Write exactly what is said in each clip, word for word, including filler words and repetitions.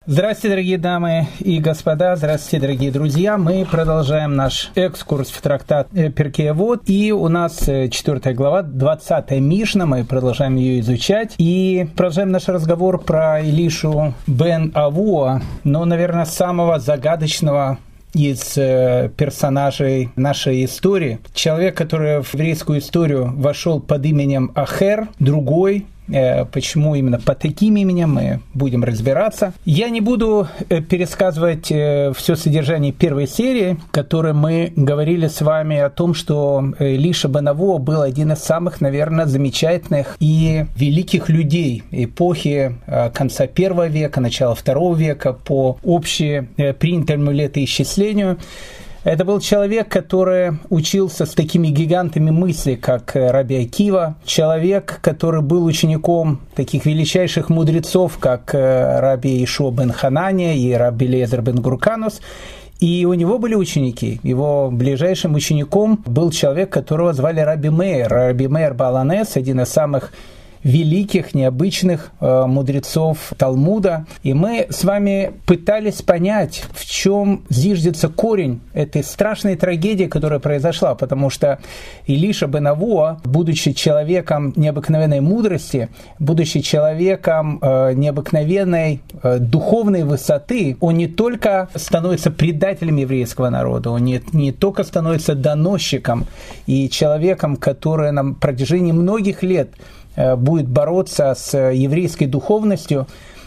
Здравствуйте, дорогие дамы и господа, здравствуйте, дорогие друзья. Мы продолжаем наш экскурс в трактат Перкей Авот. И у нас четвёртая глава, двадцатая Мишна, мы продолжаем ее изучать. И продолжаем наш разговор про Илишу бен Авуа, но, наверное, самого загадочного из э, персонажей нашей истории. Человек, который в еврейскую историю вошел под именем Ахер, другой. Э, почему именно под таким именем, мы будем разбираться. Я не буду э, пересказывать э, все содержание первой серии, в которой мы говорили с вами о том, что Илиша бен Авуа был один из самых, наверное, замечательных и великих людей эпохи э, конца первого века, начала второго века по общепринятому летоисчислению. Это был человек, который учился с такими гигантами мысли, как Раби Акива, человек, который был учеником таких величайших мудрецов, как Раби Йешуа бен Ханания и Раби Элиэзер бен Гурканус. И у него были ученики. Его ближайшим учеником был человек, которого звали Раби Меир. Раби Меир баал ха-Нес, один из самых великих, необычных э, мудрецов Талмуда. И мы с вами пытались понять, в чем зиждется корень этой страшной трагедии, которая произошла. Потому что Илиша бен Авуа, будучи человеком необыкновенной мудрости, будучи человеком э, необыкновенной э, духовной высоты, он не только становится предателем еврейского народа, он не, не только становится доносчиком и человеком, который на протяжении многих лет будет бороться с еврейской духовностью,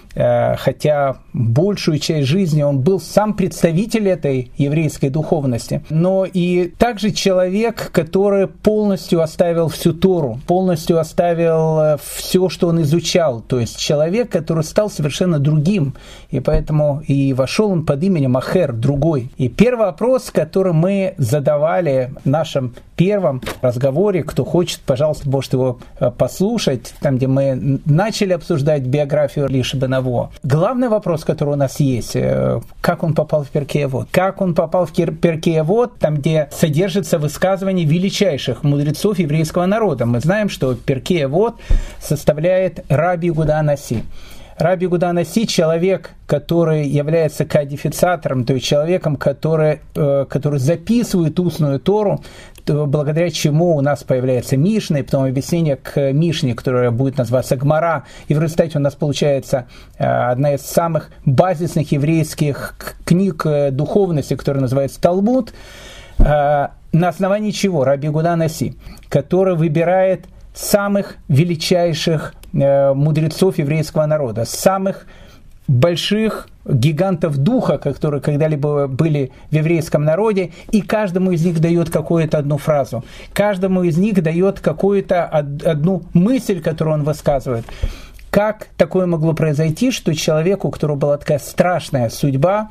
хотя большую часть жизни он был сам представитель этой еврейской духовности, но и также человек, который полностью оставил всю Тору, полностью оставил все, что он изучал, то есть человек, который стал совершенно другим, и поэтому и вошел он под именем Ахер, другой. И первый вопрос, который мы задавали в нашем первом разговоре, кто хочет, пожалуйста, может его послушать, там, где мы начали обсуждать биографию Илиши бен Авуа. Главный вопрос, который у нас есть, как он попал в Перкей Авот? Как он попал в Перкей Авот, там, где содержится высказывание величайших мудрецов еврейского народа? Мы знаем, что Перкей Авот составляет Раби Иуда ха-Наси. Раби Иуда ха-Наси – человек, который является кодифицатором, то есть человеком, который, который записывает устную Тору, благодаря чему у нас появляется Мишна, и потом объяснение к Мишне, которая будет называться Гмара. И в результате у нас получается одна из самых базисных еврейских книг духовности, которая называется Талмуд. На основании чего? Раби Иуда ха-Наси, который выбирает самых величайших мудрецов еврейского народа, самых больших гигантов духа, которые когда-либо были в еврейском народе, и каждому из них дает какую-то одну фразу, каждому из них дает какую-то одну мысль, которую он высказывает. Как такое могло произойти, что человеку, у которого была такая страшная судьба,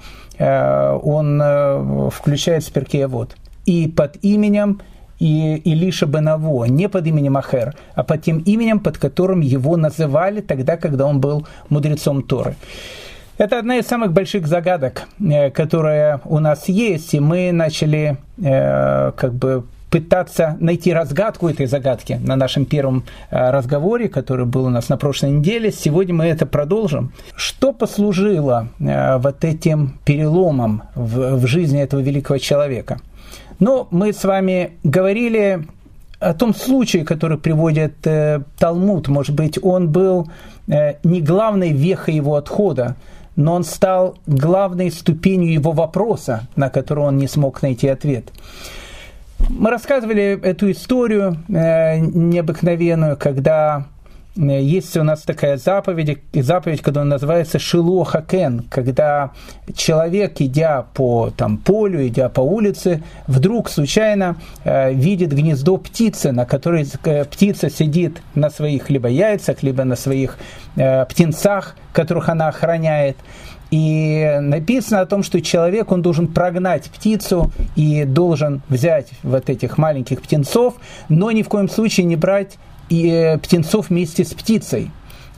он включает Перкей Авот и под именем и Илиша бен Авуа, не под именем Ахер, а под тем именем, под которым его называли тогда, когда он был мудрецом Торы. Это одна из самых больших загадок, которая у нас есть, и мы начали как бы пытаться найти разгадку этой загадки на нашем первом разговоре, который был у нас на прошлой неделе. Сегодня мы это продолжим. Что послужило вот этим переломом в, в жизни этого великого человека? Но мы с вами говорили о том случае, который приводит э, Талмуд. Может быть, он был э, не главной вехой его отхода, но он стал главной ступенью его вопроса, на который он не смог найти ответ. Мы рассказывали эту историю э, необыкновенную, когда есть у нас такая заповедь, заповедь, которая называется «Шилуах ха-Кен», когда человек, идя по там, полю, идя по улице, вдруг случайно э, видит гнездо птицы, на которой э, птица сидит на своих либо яйцах, либо на своих э, птенцах, которых она охраняет. И написано о том, что человек, он должен прогнать птицу и должен взять вот этих маленьких птенцов, но ни в коем случае не брать и птенцов вместе с птицей.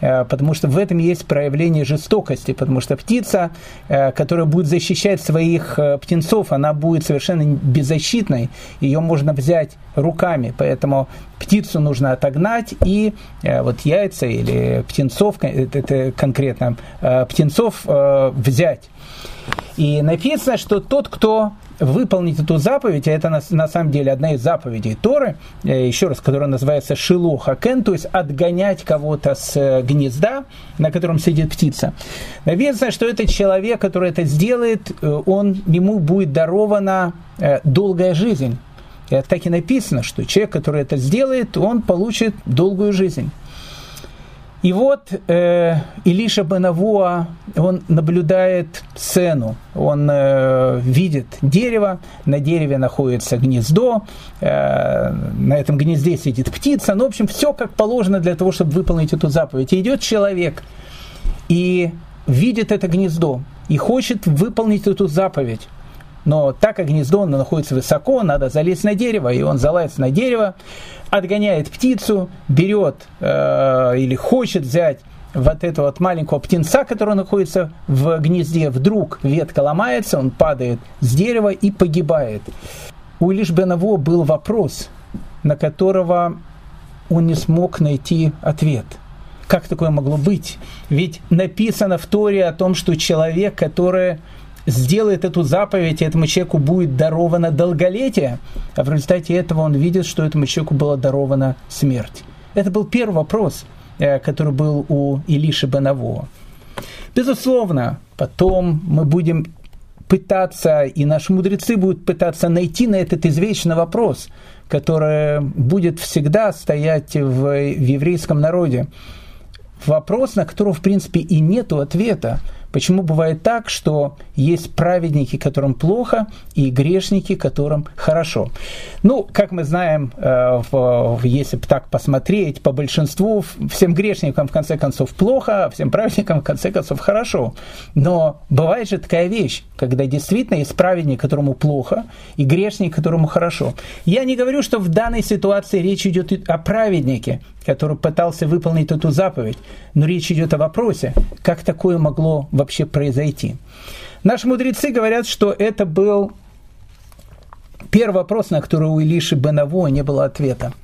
потому что в этом есть проявление жестокости, потому что птица, которая будет защищать своих птенцов, она будет совершенно беззащитной, ее можно взять руками, поэтому птицу нужно отогнать и вот яйца или птенцов, это конкретно птенцов взять. И написано, что тот, кто выполнить эту заповедь, а это на, на самом деле одна из заповедей Торы, еще раз, которая называется шилох хакен, то есть отгонять кого-то с гнезда, на котором сидит птица. Написано, что этот человек, который это сделает, он, ему будет дарована долгая жизнь. И так и написано, что человек, который это сделает, он получит долгую жизнь. И вот э, Илиша бен Авуа, он наблюдает сцену, он э, видит дерево, на дереве находится гнездо, э, на этом гнезде сидит птица, ну, в общем, все как положено для того, чтобы выполнить эту заповедь. И идет человек и видит это гнездо, и хочет выполнить эту заповедь. Но так как гнездо оно находится высоко, надо залезть на дерево, и он залазит на дерево, отгоняет птицу, берет э, или хочет взять вот этого вот маленького птенца, который находится в гнезде, вдруг ветка ломается, он падает с дерева и погибает. У Илиш бен Авуа был вопрос, на которого он не смог найти ответ. Как такое могло быть? Ведь написано в Торе о том, что человек, который сделает эту заповедь, этому человеку будет даровано долголетие, а в результате этого он видит, что этому человеку была дарована смерть. Это был первый вопрос, который был у Илиши бен Авуа. Безусловно, потом мы будем пытаться, и наши мудрецы будут пытаться найти на этот извечный вопрос, который будет всегда стоять в, в еврейском народе. Вопрос, на который, в принципе, и нету ответа. Почему бывает так, что есть праведники, которым плохо, и грешники, которым хорошо? Ну, как мы знаем, если так посмотреть, по большинству, всем грешникам в конце концов плохо, а всем праведникам в конце концов хорошо. Но бывает же такая вещь, когда действительно есть праведник, которому плохо, и грешник, которому хорошо. Я не говорю, что в данной ситуации речь идет о праведнике, который пытался выполнить эту заповедь, но речь идет о вопросе, как такое могло вообще произойти. Наши мудрецы говорят, что это был первый вопрос, на который у Илиши бен Авуа не было ответа.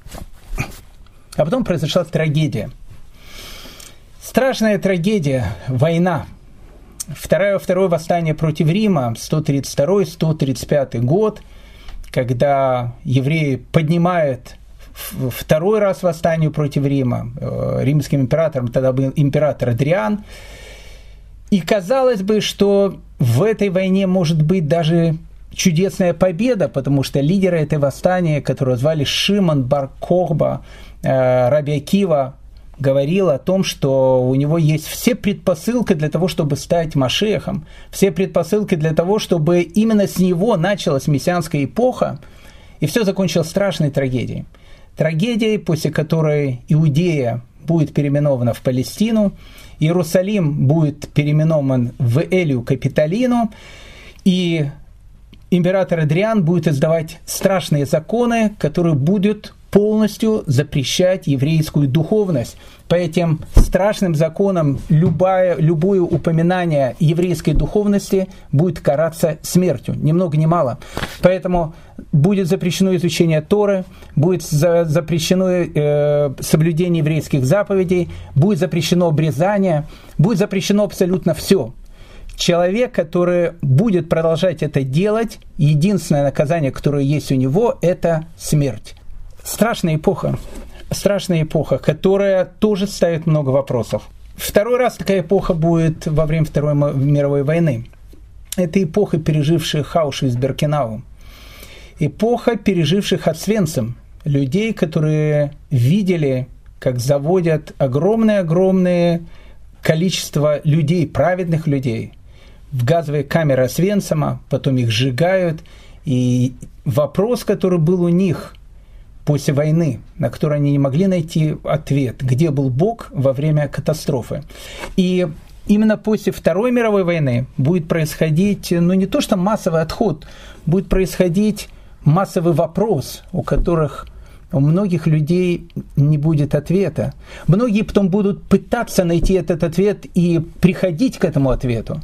А потом произошла трагедия. Страшная трагедия, война. Второе, второе восстание против Рима, сто тридцать второй - сто тридцать пятый год, когда евреи поднимают второй раз восстание против Рима. Римским императором тогда был император Адриан. И казалось бы, что в этой войне может быть даже чудесная победа, потому что лидеры этой восстания, которого звали Шимон бар Кохба, Раби Акива, говорил о том, что у него есть все предпосылки для того, чтобы стать Машиахом, все предпосылки для того, чтобы именно с него началась мессианская эпоха, и все закончилось страшной трагедией. Трагедией, после которой Иудея будет переименована в Палестину, Иерусалим будет переименован в Элию Капитолину, и император Адриан будет издавать страшные законы, которые будут полностью запрещать еврейскую духовность. По этим страшным законам любое, любое упоминание еврейской духовности будет караться смертью, ни много ни мало. Поэтому будет запрещено изучение Торы, будет за, запрещено э, соблюдение еврейских заповедей, будет запрещено обрезание, будет запрещено абсолютно все. Человек, который будет продолжать это делать, единственное наказание, которое есть у него, это смерть. Страшная эпоха, страшная эпоха, которая тоже ставит много вопросов. Второй раз такая эпоха будет во время Второй мировой войны. Это эпоха, переживших Аушвиц-Биркенау. Эпоха, переживших Освенцим. Людей, которые видели, как заводят огромное-огромное количество людей, праведных людей, в газовые камеры Освенцима, потом их сжигают. И вопрос, который был у них после войны, на который они не могли найти ответ, где был Бог во время катастрофы. И именно после Второй мировой войны будет происходить, ну не то что массовый отход, будет происходить массовый вопрос, у которых у многих людей не будет ответа. Многие потом будут пытаться найти этот ответ и приходить к этому ответу.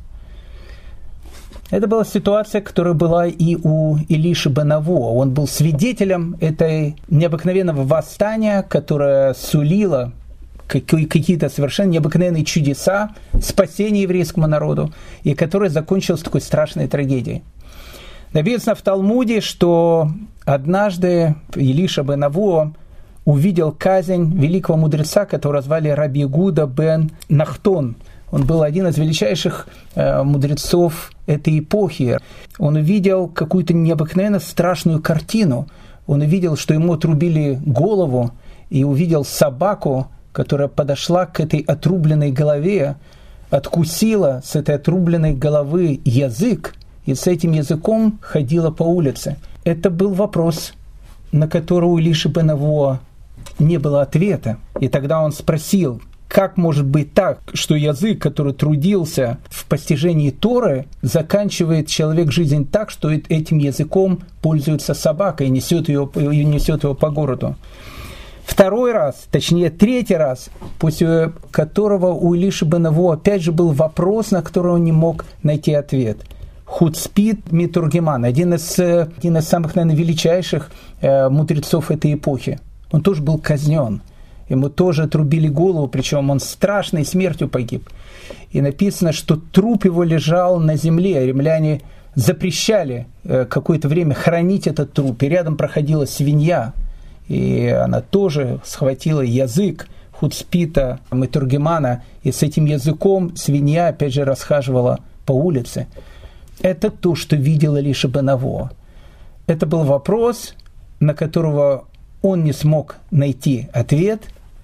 Это была ситуация, которая была и у Илиши бен Авуа. Он был свидетелем этой необыкновенного восстания, которое сулило какие-то совершенно необыкновенные чудеса, спасение еврейскому народу, и которое закончилось такой страшной трагедией. Написано в Талмуде, что однажды Илиша бен Авуа увидел казнь великого мудреца, которого звали Раби Егуда бен Нахтон. Он был один из величайших э, мудрецов этой эпохи. Он увидел какую-то необыкновенно страшную картину. Он увидел, что ему отрубили голову, и увидел собаку, которая подошла к этой отрубленной голове, откусила с этой отрубленной головы язык, и с этим языком ходила по улице. Это был вопрос, на который у Илиши бен Авуа не было ответа. И тогда он спросил, как может быть так, что язык, который трудился в постижении Торы, заканчивает человек жизнь так, что этим языком пользуется собака и несет его, и несет его по городу. Второй раз, точнее третий раз, после которого у Илиши бен Авуа опять же был вопрос, на который он не мог найти ответ. Хуцпит Митургеман, один из, один из самых, наверное, величайших э, мудрецов этой эпохи. Он тоже был казнен. Ему тоже отрубили голову, причем он страшной смертью погиб. И написано, что труп его лежал на земле. Римляне запрещали э, какое-то время хранить этот труп. И рядом проходила свинья. И она тоже схватила язык Хуцпита Митургемана. И с этим языком свинья опять же расхаживала по улице. Это то, что видел Илиша бен Авуа. Это был вопрос, на которого он не смог найти ответ,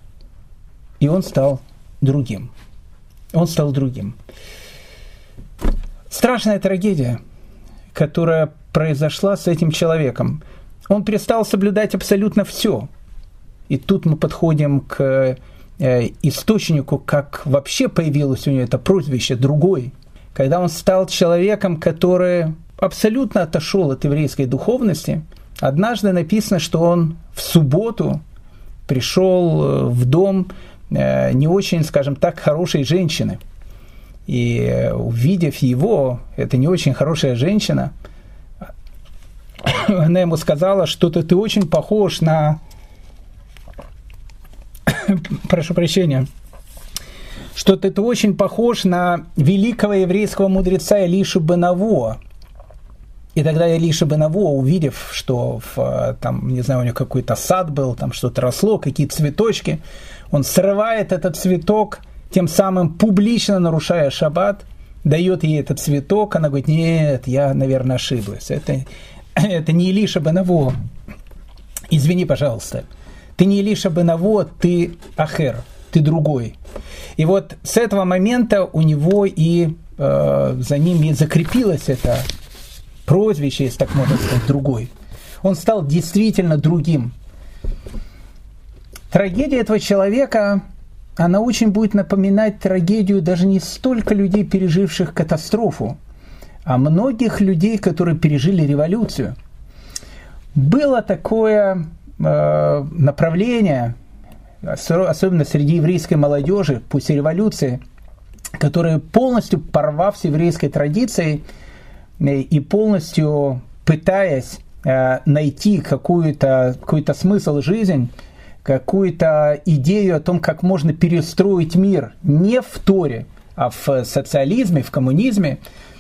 и он стал другим. Он стал другим. Страшная трагедия, которая произошла с этим человеком. Он перестал соблюдать абсолютно все. И тут мы подходим к э, источнику, как вообще появилось у него это прозвище «другой». Когда он стал человеком, который абсолютно отошел от еврейской духовности, однажды написано, что он в субботу пришел в дом не очень, скажем так, хорошей женщины. И увидев его, это не очень хорошая женщина, она ему сказала, что-то ты очень похож на... Прошу прощения. Что-то ты очень похож на великого еврейского мудреца Илишу бен Авуа. И тогда Илиша бен Авуа, увидев, что в, там, не знаю, у него какой-то сад был, там что-то росло, какие-то цветочки, он срывает этот цветок, тем самым публично нарушая шаббат, дает ей этот цветок, она говорит, нет, я, наверное, ошиблась. Это, это не Илиша бен Авуа. Извини, пожалуйста. Ты не Илиша бен Авуа, ты ахер, ты другой. И вот с этого момента у него и э, за ним и закрепилось это прозвище, если так можно сказать, другой. Он стал действительно другим. Трагедия этого человека, она очень будет напоминать трагедию даже не столько людей, переживших катастрофу, а многих людей, которые пережили революцию. Было такое э, направление, особенно среди еврейской молодежи после революции, которые полностью порвав с еврейской традицией и полностью пытаясь найти какую-то, какой-то смысл жизни, какую-то идею о том, как можно перестроить мир не в Торе, а в социализме, в коммунизме,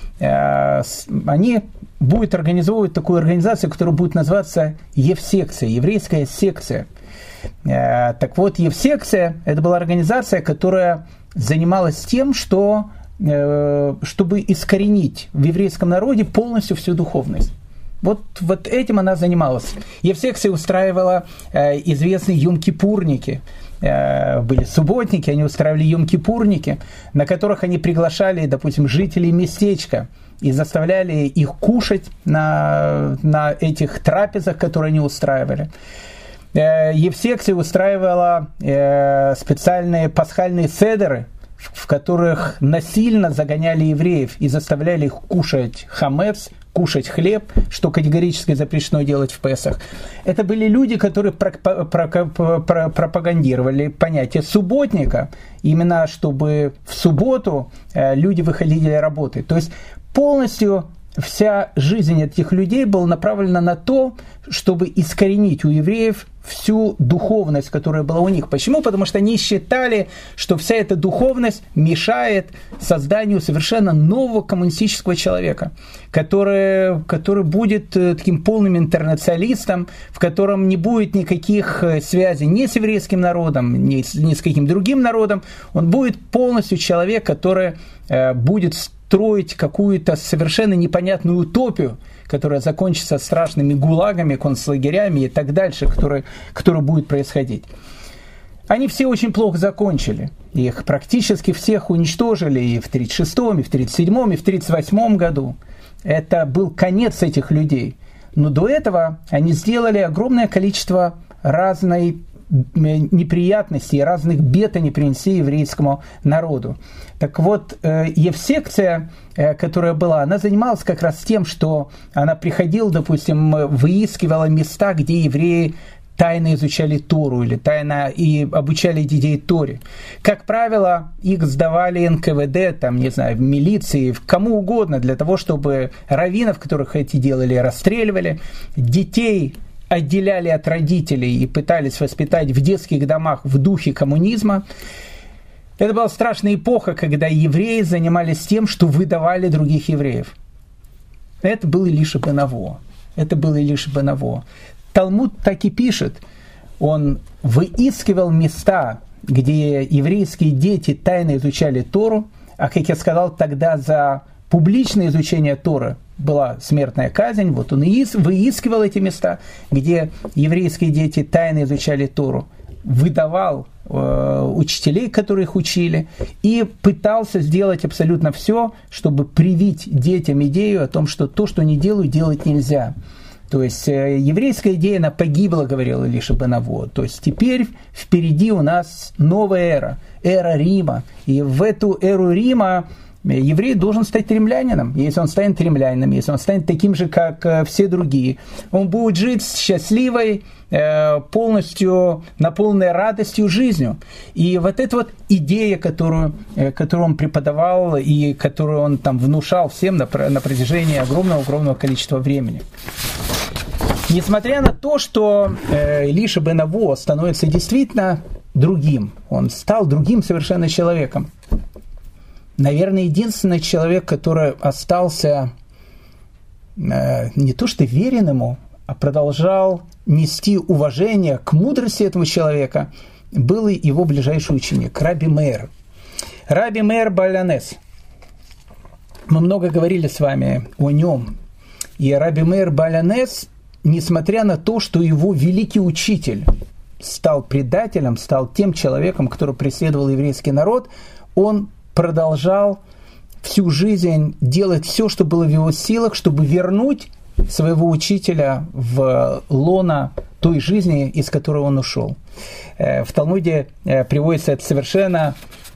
они будут организовывать такую организацию, которая будет называться Евсекция, еврейская секция. Так вот, Евсекция – это была организация, которая занималась тем, что, чтобы искоренить в еврейском народе полностью всю духовность. Вот, вот этим она занималась. Евсекция устраивала известные йом-кипурники. Были субботники, они устраивали йом-кипурники, на которых они приглашали, допустим, жителей местечка и заставляли их кушать на, на этих трапезах, которые они устраивали. Евсекция устраивала специальные пасхальные седеры, в которых насильно загоняли евреев и заставляли их кушать хамец, кушать хлеб, что категорически запрещено делать в Песах. Это были люди, которые пропагандировали понятие субботника, именно чтобы в субботу люди выходили работать. То есть полностью вся жизнь этих людей была направлена на то, чтобы искоренить у евреев всю духовность, которая была у них. Почему? Потому что они считали, что вся эта духовность мешает созданию совершенно нового коммунистического человека, который, который будет таким полным интернационалистом, в котором не будет никаких связей ни с еврейским народом, ни с, ни с каким другим народом. Он будет полностью человек, который э, будет строить какую-то совершенно непонятную утопию, которая закончится страшными гулагами, концлагерями и так дальше, которые, которые будет происходить. Они все очень плохо закончили. Их практически всех уничтожили и в тридцать шестом, и в тридцать седьмом, и в тридцать восьмом году. Это был конец этих людей. Но до этого они сделали огромное количество разной неприятностей, разных бед они принесли еврейскому народу. Так вот, Евсекция, которая была, она занималась как раз тем, что она приходила, допустим, выискивала места, где евреи тайно изучали Тору или тайно и обучали детей Торе. Как правило, их сдавали эн ка вэ дэ, там, не знаю, в милиции, в кому угодно, для того, чтобы раввинов, которых эти делали, расстреливали, детей отделяли от родителей и пытались воспитать в детских домах в духе коммунизма. Это была страшная эпоха, когда евреи занимались тем, что выдавали других евреев. Это был Илиша бен Аво. Это был Илиша бен Аво. Талмуд так и пишет. Он выискивал места, где еврейские дети тайно изучали Тору, а, как я сказал, тогда за публичное изучение Торы была смертная казнь. Вот он и выискивал эти места, где еврейские дети тайно изучали Тору, выдавал э, учителей, которые их учили, и пытался сделать абсолютно все, чтобы привить детям идею о том, что то, что они делают, делать нельзя. То есть э, еврейская идея, она погибла, говорил Илиша бен Аво. То есть теперь впереди у нас новая эра, эра Рима. И в эту эру Рима еврей должен стать римлянином. Если он станет римлянином, если он станет таким же, как э, все другие, он будет жить счастливой, э, полностью наполненной радостью жизнью. И вот эта вот идея, которую, э, которую он преподавал и которую он там внушал всем на, на протяжении огромного-огромного количества времени. Несмотря на то, что э, Илиша бен Аво становится действительно другим, он стал другим совершенно человеком. Наверное, единственный человек, который остался э, не то что верен ему, а продолжал нести уважение к мудрости этого человека, был и его ближайший ученик, Раби Меир. Раби Меир бааль ха-Нес. Мы много говорили с вами о нем. И Раби Меир бааль ха-Нес, несмотря на то, что его великий учитель стал предателем, стал тем человеком, который преследовал еврейский народ, он продолжал всю жизнь делать все, что было в его силах, чтобы вернуть своего учителя в лоно той жизни, из которой он ушел. В Талмуде приводится это совершенно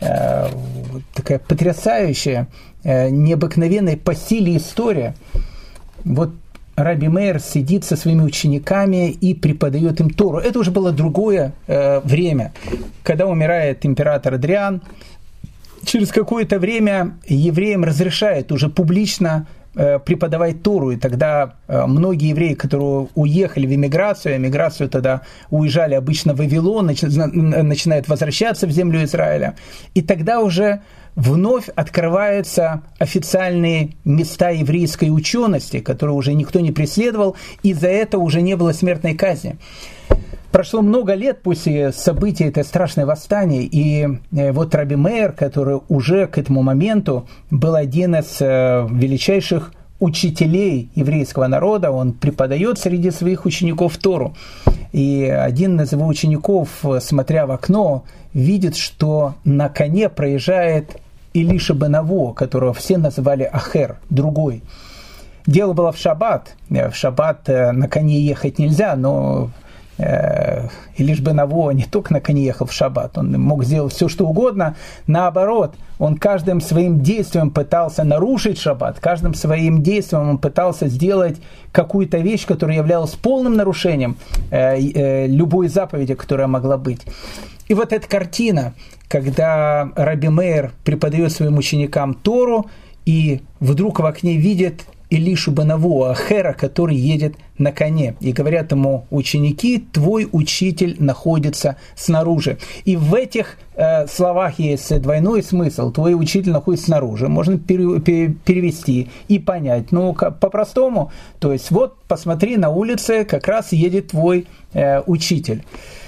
такая потрясающая, необыкновенная по силе история. Вот Раби Меир сидит со своими учениками и преподает им Тору. Это уже было другое время, когда умирает император Адриан. Через какое-то время евреям разрешают уже публично э, преподавать Тору, и тогда э, многие евреи, которые уехали в эмиграцию, эмиграцию тогда уезжали обычно в Вавилон, начи, начинают возвращаться в землю Израиля, и тогда уже вновь открываются официальные места еврейской учености, которые уже никто не преследовал, и за это уже не было смертной казни. Прошло много лет после событий этого страшного восстания, и вот Раби Меир, который уже к этому моменту был один из величайших учителей еврейского народа, он преподает среди своих учеников Тору. И один из его учеников, смотря в окно, видит, что на коне проезжает Илиша бен Аво, которого все называли Ахер, другой. Дело было в шаббат. В шаббат на коне ехать нельзя, но э, Илиш бен Авуа не только на коне ехал в шаббат, он мог сделать все, что угодно. Наоборот, он каждым своим действием пытался нарушить шаббат, каждым своим действием он пытался сделать какую-то вещь, которая являлась полным нарушением э, э, любой заповеди, которая могла быть. И вот эта картина, когда Раби Меир преподает своим ученикам Тору, и вдруг в окне видит Илишу бен Авуа, Ахера, который едет на коне. И говорят ему ученики: твой учитель находится снаружи. И в этих э, словах есть двойной смысл. Твой учитель находится снаружи. Можно пере, пере, перевести и понять. Ну, по-простому. То есть, вот, посмотри, на улице как раз едет твой э, учитель.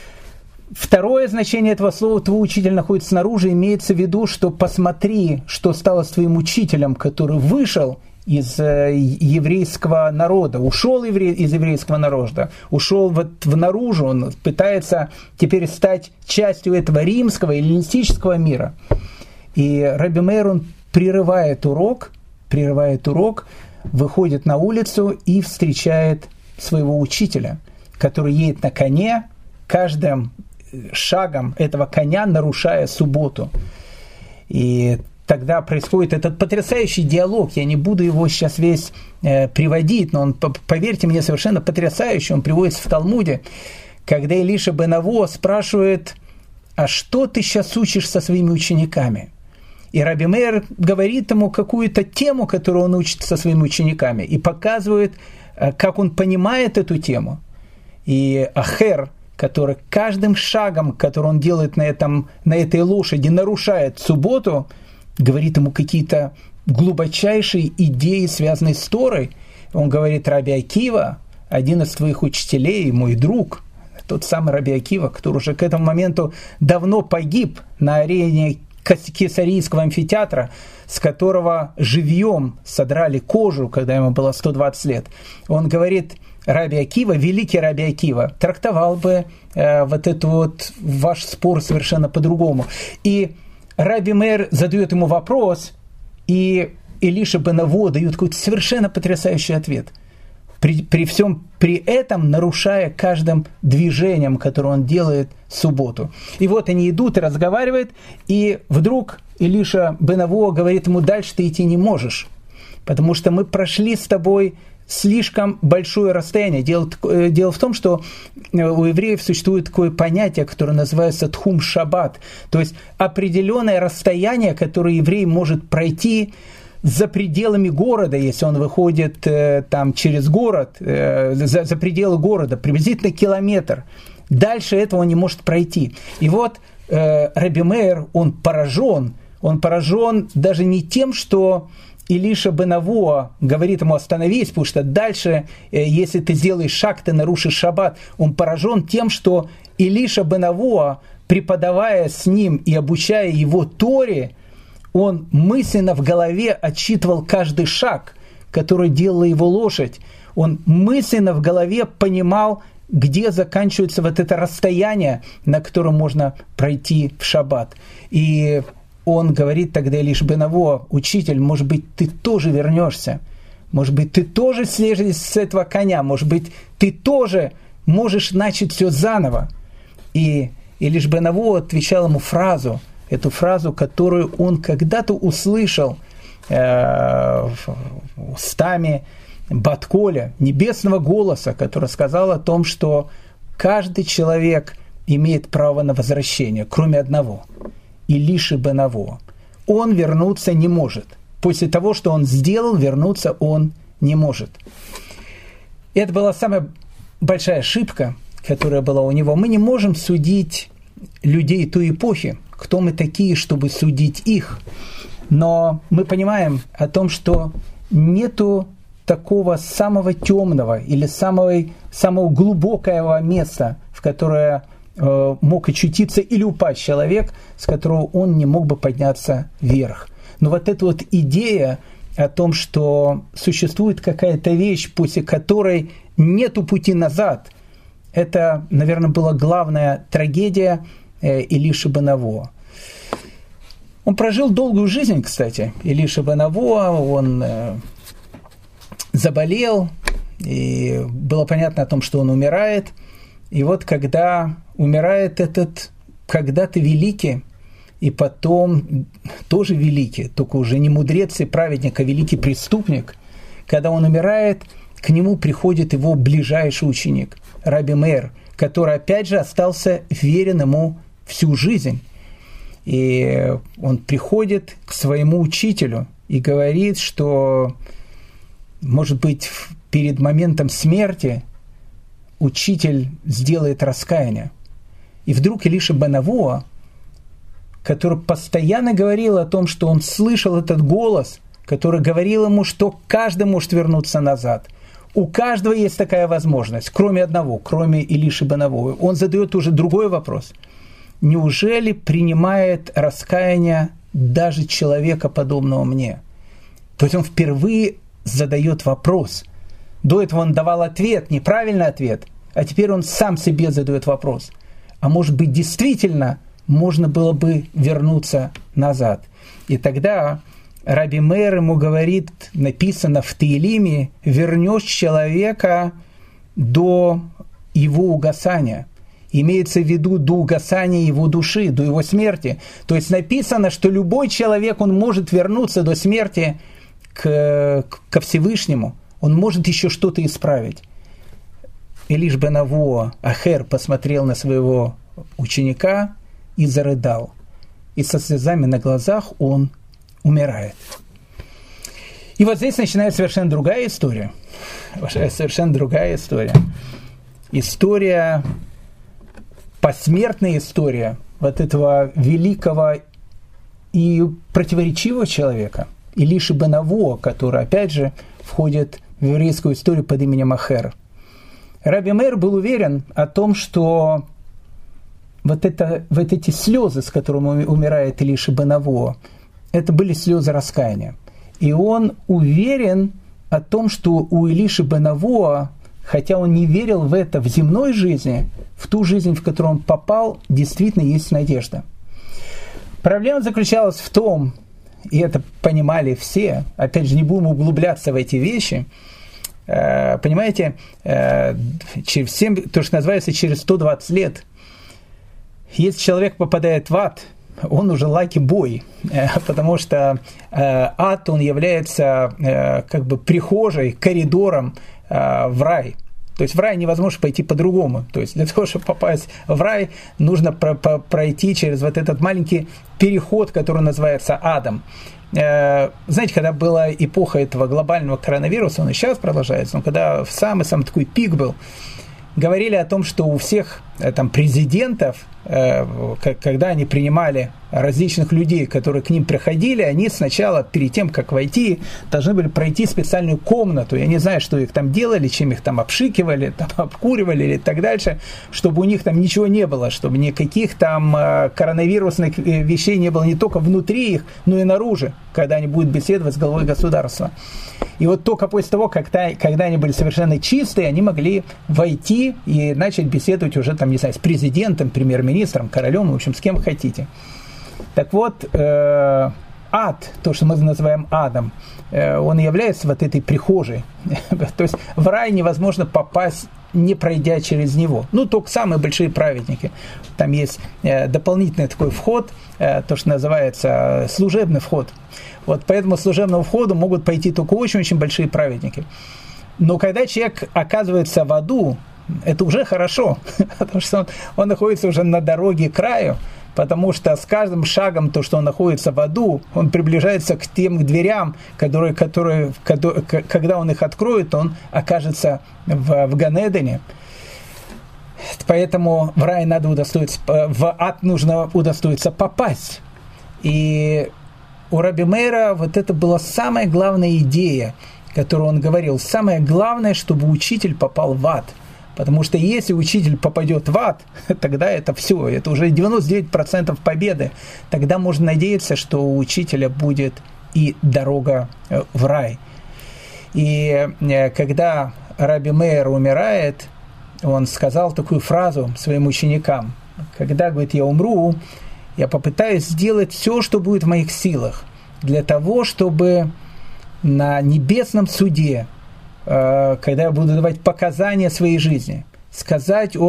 Второе значение этого слова «твой учитель находится снаружи» имеется в виду, что посмотри, что стало с твоим учителем, который вышел из еврейского народа, ушел из еврейского народа, ушел вот в наружу, он пытается теперь стать частью этого римского, эллинистического мира. И Раби Меир, он прерывает урок, прерывает урок, выходит на улицу и встречает своего учителя, который едет на коне, каждым шагом этого коня нарушая субботу. И тогда происходит этот потрясающий диалог. Я не буду его сейчас весь э, приводить, но он, поверьте мне, совершенно потрясающий. Он приводится в Талмуде, когда Илиша бен Авуа спрашивает: а что ты сейчас учишь со своими учениками? И Раби Меир говорит ему какую-то тему, которую он учит со своими учениками, и показывает, э, как он понимает эту тему. И Ахер, который каждым шагом, который он делает на, этом, на этой лошади, нарушает субботу, говорит ему какие-то глубочайшие идеи, связанные с Торой. Он говорит: Раби Акива, один из твоих учителей, мой друг, тот самый Раби Акива, который уже к этому моменту давно погиб на арене Кесарийского амфитеатра, с которого живьем содрали кожу, когда ему было сто двадцать лет. Он говорит: Раби Акива, великий Раби Акива, трактовал бы э, вот этот вот ваш спор совершенно по-другому. И Раби Меир задает ему вопрос, и Илиша бен Авуа дает какой-то совершенно потрясающий ответ. При, при всем при этом нарушая каждым движением, которое он делает в субботу. И вот они идут и разговаривают, и вдруг Илиша бен Авуа говорит ему: дальше ты идти не можешь, потому что мы прошли с тобой слишком большое расстояние. Дело, дело в том, что у евреев существует такое понятие, которое называется тхум шаббат, то есть определенное расстояние, которое еврей может пройти за пределами города, если он выходит э, там через город, э, за, за пределы города, приблизительно километр. Дальше этого он не может пройти. И вот э, Раби Меир, он поражен, он поражен даже не тем, что Илиша бен Авуа говорит ему: остановись, потому что дальше, если ты сделаешь шаг, ты нарушишь шаббат. Он поражен тем, что Илиша бен Авуа, преподавая с ним и обучая его Торе, он мысленно в голове отсчитывал каждый шаг, который делала его лошадь. Он мысленно в голове понимал, где заканчивается вот это расстояние, на котором можно пройти в шаббат. И он говорит тогда Илиша бен Авуа: учитель, может быть, ты тоже вернешься, может быть, ты тоже слезешь с этого коня, может быть, ты тоже можешь начать все заново. И Илиша бен Авуа отвечал ему фразу, эту фразу, которую он когда-то услышал э, устами Бат-Коля, небесного голоса, который сказал о том, что каждый человек имеет право на возвращение, кроме одного – Илиши бен Авуа. Он вернуться не может. После того, что он сделал, вернуться он не может. И это была самая большая ошибка, которая была у него. Мы не можем судить людей той эпохи, кто мы такие, чтобы судить их. Но мы понимаем о том, что нету такого самого темного или самого, самого глубокого места, в которое мог очутиться или упасть человек, с которого он не мог бы подняться вверх. Но вот эта вот идея о том, что существует какая-то вещь, после которой нету пути назад, это, наверное, была главная трагедия Илиши бен Авуа. Он прожил долгую жизнь, кстати, Илиша бен Авуа, он заболел, и было понятно о том, что он умирает. И вот когда умирает этот когда-то великий, и потом тоже великий, только уже не мудрец и праведник, а великий преступник, когда он умирает, к нему приходит его ближайший ученик, Раби Меир, который опять же остался верен ему всю жизнь. И он приходит к своему учителю и говорит, что, может быть, перед моментом смерти учитель сделает раскаяние. И вдруг Элиша бен Авуа, который постоянно говорил о том, что он слышал этот голос, который говорил ему, что каждый может вернуться назад. У каждого есть такая возможность, кроме одного, кроме Элиши бен Авуа. Он задает уже другой вопрос. Неужели принимает раскаяние даже человека, подобного мне? То есть он впервые задает вопрос. До этого он давал ответ, неправильный ответ, а теперь он сам себе задает вопрос. А может быть, действительно можно было бы вернуться назад? И тогда Раби Меир ему говорит, написано в Теилиме, вернешь человека до его угасания. Имеется в виду до угасания его души, до его смерти. То есть написано, что любой человек, он может вернуться до смерти к, ко Всевышнему. Он может еще что-то исправить. Элиш бен Авуа, Ахер, посмотрел на своего ученика и зарыдал. И со слезами на глазах он умирает. И вот здесь начинается совершенно другая история. Совершенно другая история. История, посмертная история вот этого великого и противоречивого человека, Элиши бен Авуа, который, опять же, входит в еврейскую историю под именем Ахер. Раби Меир был уверен о том, что вот, это, вот эти слезы, с которыми умирает Элиша бен Авуа, это были слезы раскаяния. И он уверен о том, что у Элиши бен Авуа, хотя он не верил в это в земной жизни, в ту жизнь, в которую он попал, действительно есть надежда. Проблема заключалась в том, и это понимали все, опять же, не будем углубляться в эти вещи, понимаете, через семь, то, что называется, через сто двадцать лет, если человек попадает в ад, он уже лаки-бой, потому что ад, он является как бы прихожей, коридором в рай. То есть в рай невозможно пойти по-другому. То есть для того, чтобы попасть в рай, нужно пройти через вот этот маленький переход, который называется адом. Знаете, когда была эпоха этого глобального коронавируса, он и сейчас продолжается, но когда самый-самый такой пик был, говорили о том, что у всех там, президентов, когда они принимали различных людей, которые к ним приходили, они сначала, перед тем, как войти, должны были пройти специальную комнату. Я не знаю, что их там делали, чем их там обшикивали, там, обкуривали и так дальше, чтобы у них там ничего не было, чтобы никаких там коронавирусных вещей не было не только внутри их, но и наружу, когда они будут беседовать с главой государства. И вот только после того, когда, когда они были совершенно чистые, они могли войти и начать беседовать уже там, не знаю, с президентом, премьер-министром, королем, в общем, с кем хотите. Так вот, э, ад, то, что мы называем адом, э, он является вот этой прихожей. То есть в рай невозможно попасть, не пройдя через него. Ну, только самые большие праведники. Там есть э, дополнительный такой вход, э, то, что называется служебный вход. Вот по этому служебному входу могут пойти только очень-очень большие праведники. Но когда человек оказывается в аду, это уже хорошо, потому что он, он находится уже на дороге к краю, потому что с каждым шагом, то, что он находится в аду, он приближается к тем дверям, которые, которые, когда он их откроет, он окажется в, в Ганедене. Поэтому в рай надо удостоиться, в ад нужно удостоиться попасть. И у Раби Меира вот это была самая главная идея, которую он говорил. Самое главное, чтобы учитель попал в ад. Потому что если учитель попадет в ад, тогда это все, это уже девяносто девять процентов победы. Тогда можно надеяться, что у учителя будет и дорога в рай. И когда Раби Меир умирает, он сказал такую фразу своим ученикам. Когда, говорит, я умру, я попытаюсь сделать все, что будет в моих силах, для того, чтобы на небесном суде, когда я буду давать показания своей жизни, сказать о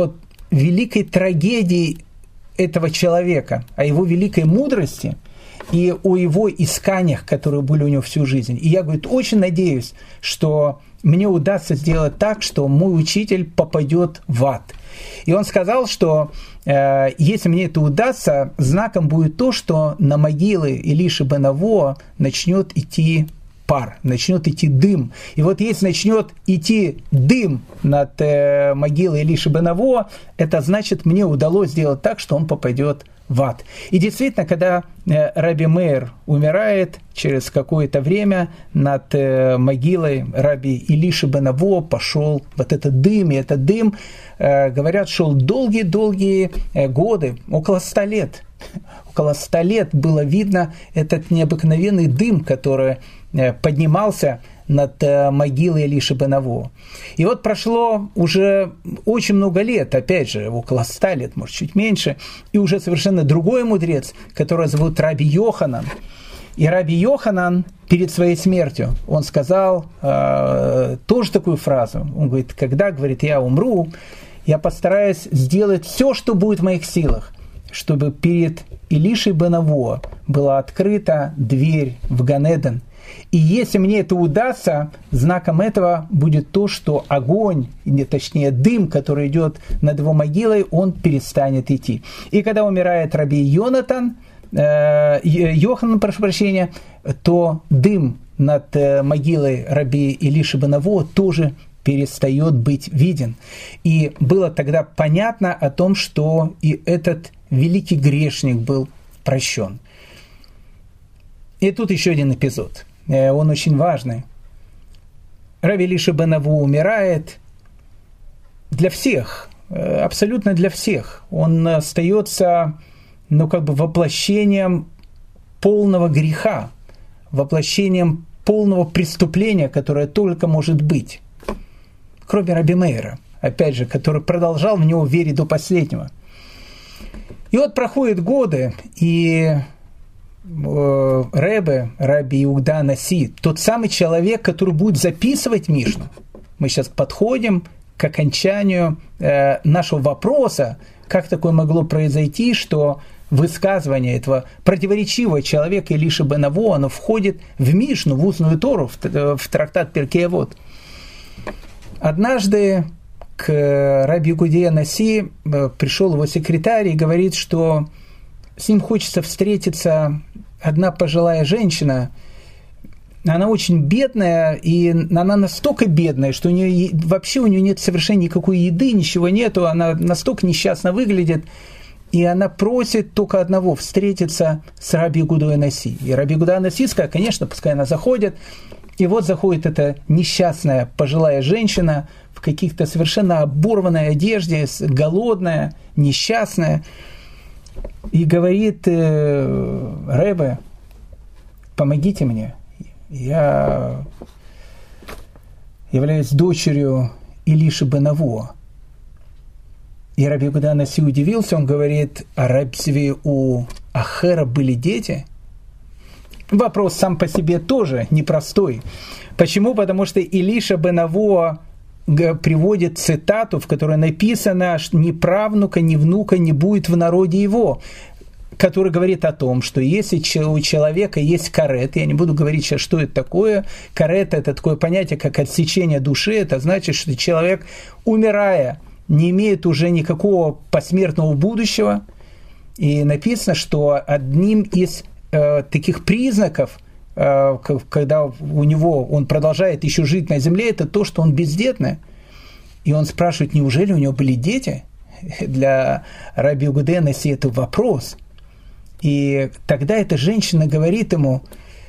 великой трагедии этого человека, о его великой мудрости и о его исканиях, которые были у него всю жизнь. И я, говорит, очень надеюсь, что мне удастся сделать так, что мой учитель попадет в ад. И он сказал, что э, если мне это удастся, знаком будет то, что на могилы Илиши бен Авоа начнет идти пар, начнет идти дым. И вот если начнет идти дым над э, могилой Илиши бен Авоа, это значит, мне удалось сделать так, что он попадет в ад. И действительно, когда э, Раби Меир умирает, через какое-то время над э, могилой Раби Илиши бен Авоа пошел вот этот дым, и этот дым, э, говорят, шел долгие-долгие э, годы, около ста лет. Около ста лет было видно этот необыкновенный дым, который э, поднимался над э, могилой Илиши бен Авоа. И вот прошло уже очень много лет, опять же, около ста лет, может, чуть меньше, и уже совершенно другой мудрец, которого зовут Раби Йоханан. И Раби Йоханан перед своей смертью, он сказал э, тоже такую фразу. Он говорит, когда, говорит, я умру, я постараюсь сделать все, что будет в моих силах, чтобы перед Илишей бен Авоа была открыта дверь в Ганеден. И если мне это удастся, знаком этого будет то, что огонь, или точнее дым, который идет над его могилой, он перестанет идти. И когда умирает Раби Йонатан, э, Йоханан, прошу прощения, то дым над э, могилой Раби Илиши бен Авоа тоже перестает быть виден. И было тогда понятно о том, что и этот великий грешник был прощен. И тут еще один эпизод. Он очень важный. Раби Илиша бен Авоа умирает для всех, абсолютно для всех. Он остается, ну, как бы воплощением полного греха, воплощением полного преступления, которое только может быть. Кроме Раби Меира, опять же, который продолжал в него верить до последнего. И вот проходят годы, и Ребе, Раби Иуда Наси, тот самый человек, который будет записывать Мишну. Мы сейчас подходим к окончанию э, нашего вопроса, как такое могло произойти, что высказывание этого противоречивого человека Илиши бен Авоа, оно входит в Мишну, в устную Тору, в, в трактат Перкей Авот. Однажды к Раби Иуде Наси пришел его секретарь и говорит, что с ним хочется встретиться одна пожилая женщина. Она очень бедная, и она настолько бедная, что у нее, вообще у нее нет совершенно никакой еды, ничего нету, она настолько несчастно выглядит, и она просит только одного – встретиться с Раби Иудой Наси. И Раби Иуда Наси сказал, конечно, пускай она заходит. И вот заходит эта несчастная пожилая женщина в каких-то совершенно оборванной одежде, голодная, несчастная, и говорит: Ребе, помогите мне, я являюсь дочерью Илиши бен Авоа. И Раби Иуда Наси удивился, он говорит: а разве у Ахера были дети? Вопрос сам по себе тоже непростой. Почему? Потому что Илиша бен Авоа приводит цитату, в которой написано, что ни правнука, ни внука не будет в народе его, который говорит о том, что если у человека есть карет, я не буду говорить сейчас, что это такое, карет – это такое понятие, как отсечение души, это значит, что человек, умирая, не имеет уже никакого посмертного будущего, и написано, что одним из э, таких признаков, когда у него, он продолжает еще жить на земле, это то, что он бездетный. И он спрашивает, неужели у него были дети? Для Раби Иуды Наси это вопрос. И тогда эта женщина говорит ему: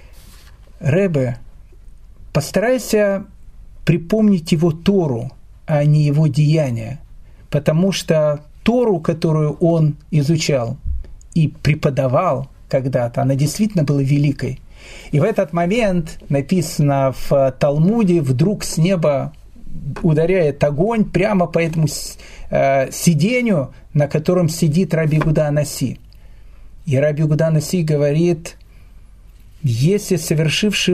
Ребе, постарайся припомнить его Тору, а не его деяния. Потому что Тору, которую он изучал и преподавал когда-то, она действительно была великой. И в этот момент, написано в Талмуде, вдруг с неба ударяет огонь прямо по этому э, сидению, на котором сидит Раби Иуда Наси. И Раби Иуда Наси говорит: если совершивший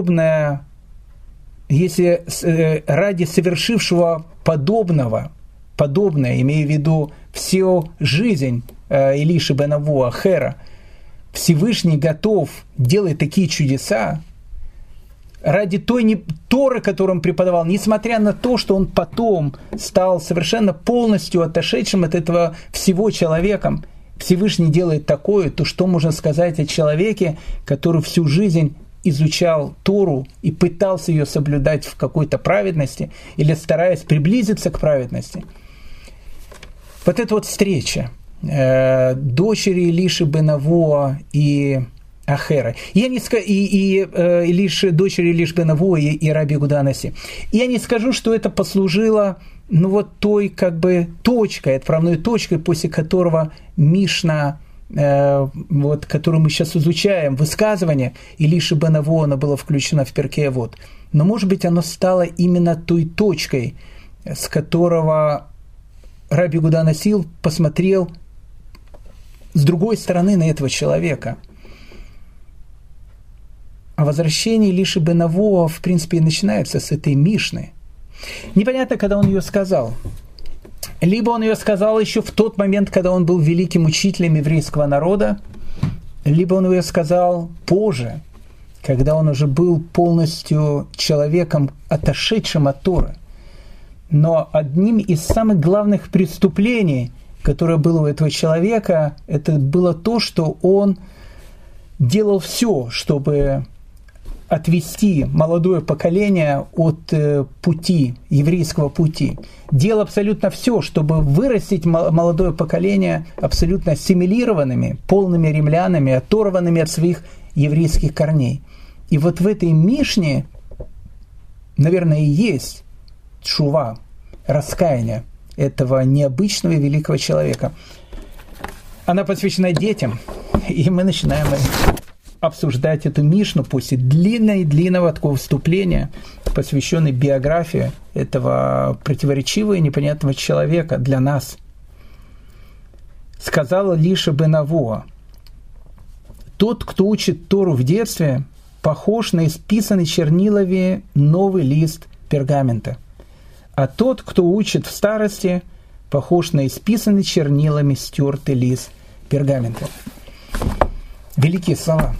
подобное, если э, ради совершившего подобного подобное, имея в виду всю жизнь Илиши бен Авуа, Ахера, Всевышний готов делать такие чудеса ради той не, Торы, которую он преподавал, несмотря на то, что он потом стал совершенно полностью отошедшим от этого всего человеком, Всевышний делает такое, то что можно сказать о человеке, который всю жизнь изучал Тору и пытался ее соблюдать в какой-то праведности или стараясь приблизиться к праведности. Вот эта вот встреча э, дочери Илиши бен Авуа и Ахера. Я не ска... И, и э, Илиш, дочери Илиши бен Авуа и, и Раби Иуда ха-Наси. Я не скажу, что это послужило ну, вот той как бы точкой, отправной точкой, после которого Мишна, э, вот, которую мы сейчас изучаем, высказывание Илиши бен Авуа, оно было включено в Перкей Авот. Но, может быть, оно стало именно той точкой, с которого Раби Иуда ха-Наси посмотрел с другой стороны на этого человека. А возвращение Илиши бен Авуа, в принципе, и начинается с этой Мишны. Непонятно, когда он ее сказал. Либо он ее сказал еще в тот момент, когда он был великим учителем еврейского народа, либо он ее сказал позже, когда он уже был полностью человеком, отошедшим от Торы. Но одним из самых главных преступлений, которое было у этого человека, это было то, что он делал все, чтобы отвести молодое поколение от э, пути, еврейского пути. Делал абсолютно все, чтобы вырастить молодое поколение абсолютно ассимилированными, полными римлянами, оторванными от своих еврейских корней. И вот в этой Мишне, наверное, и есть тшува, раскаяние этого необычного и великого человека. Она посвящена детям, и мы начинаем обсуждать эту Мишну после длинного-длинного такого вступления, посвященной биографии этого противоречивого и непонятного человека для нас. Сказала Илиши бен Авуа: «Тот, кто учит Тору в детстве, похож на исписанный чернилами новый лист пергамента, а тот, кто учит в старости, похож на исписанный чернилами стертый лист пергамента». Великие слова.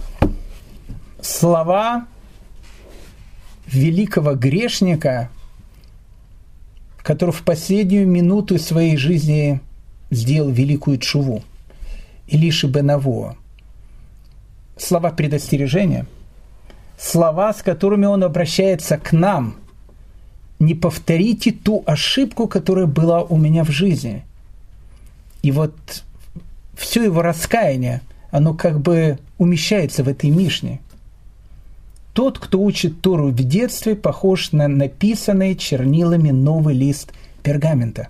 Слова великого грешника, который в последнюю минуту своей жизни сделал великую тшуву. Илиши бен Авуа. Слова предостережения. Слова, с которыми он обращается к нам. Не повторите ту ошибку, которая была у меня в жизни. И вот все его раскаяние, оно как бы умещается в этой Мишне. Тот, кто учит Тору в детстве, похож на написанный чернилами новый лист пергамента.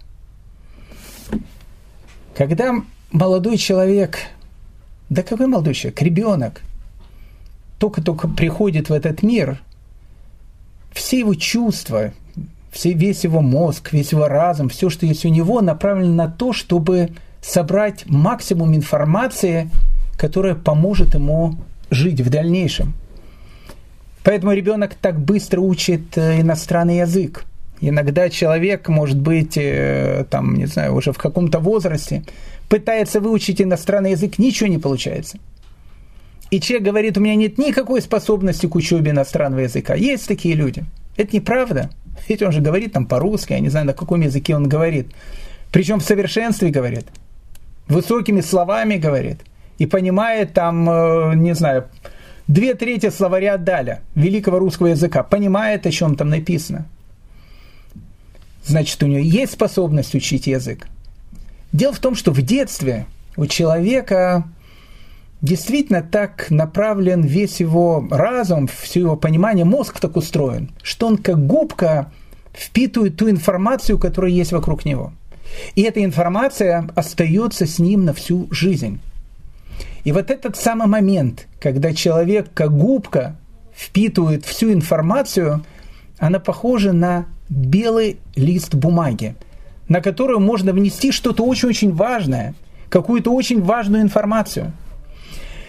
Когда молодой человек, да какой молодой человек, ребенок, только-только приходит в этот мир, все его чувства, все, весь его мозг, весь его разум, все, что есть у него, направлено на то, чтобы собрать максимум информации, которая поможет ему жить в дальнейшем. Поэтому ребенок так быстро учит иностранный язык. Иногда человек, может быть, там, не знаю, уже в каком-то возрасте, пытается выучить иностранный язык, ничего не получается. И человек говорит: у меня нет никакой способности к учебе иностранного языка. Есть такие люди. Это неправда. Ведь он же говорит там по-русски, я не знаю, на каком языке он говорит. Причем в совершенстве говорит. Высокими словами говорит. И понимает там, не знаю, две трети словаря Даля, великого русского языка, понимает, о чем там написано. Значит, у него есть способность учить язык. Дело в том, что в детстве у человека действительно так направлен весь его разум, все его понимание, мозг так устроен, что он как губка впитывает ту информацию, которая есть вокруг него. И эта информация остается с ним на всю жизнь. И вот этот самый момент, когда человек как губка впитывает всю информацию, она похожа на белый лист бумаги, на который можно внести что-то очень-очень важное, какую-то очень важную информацию.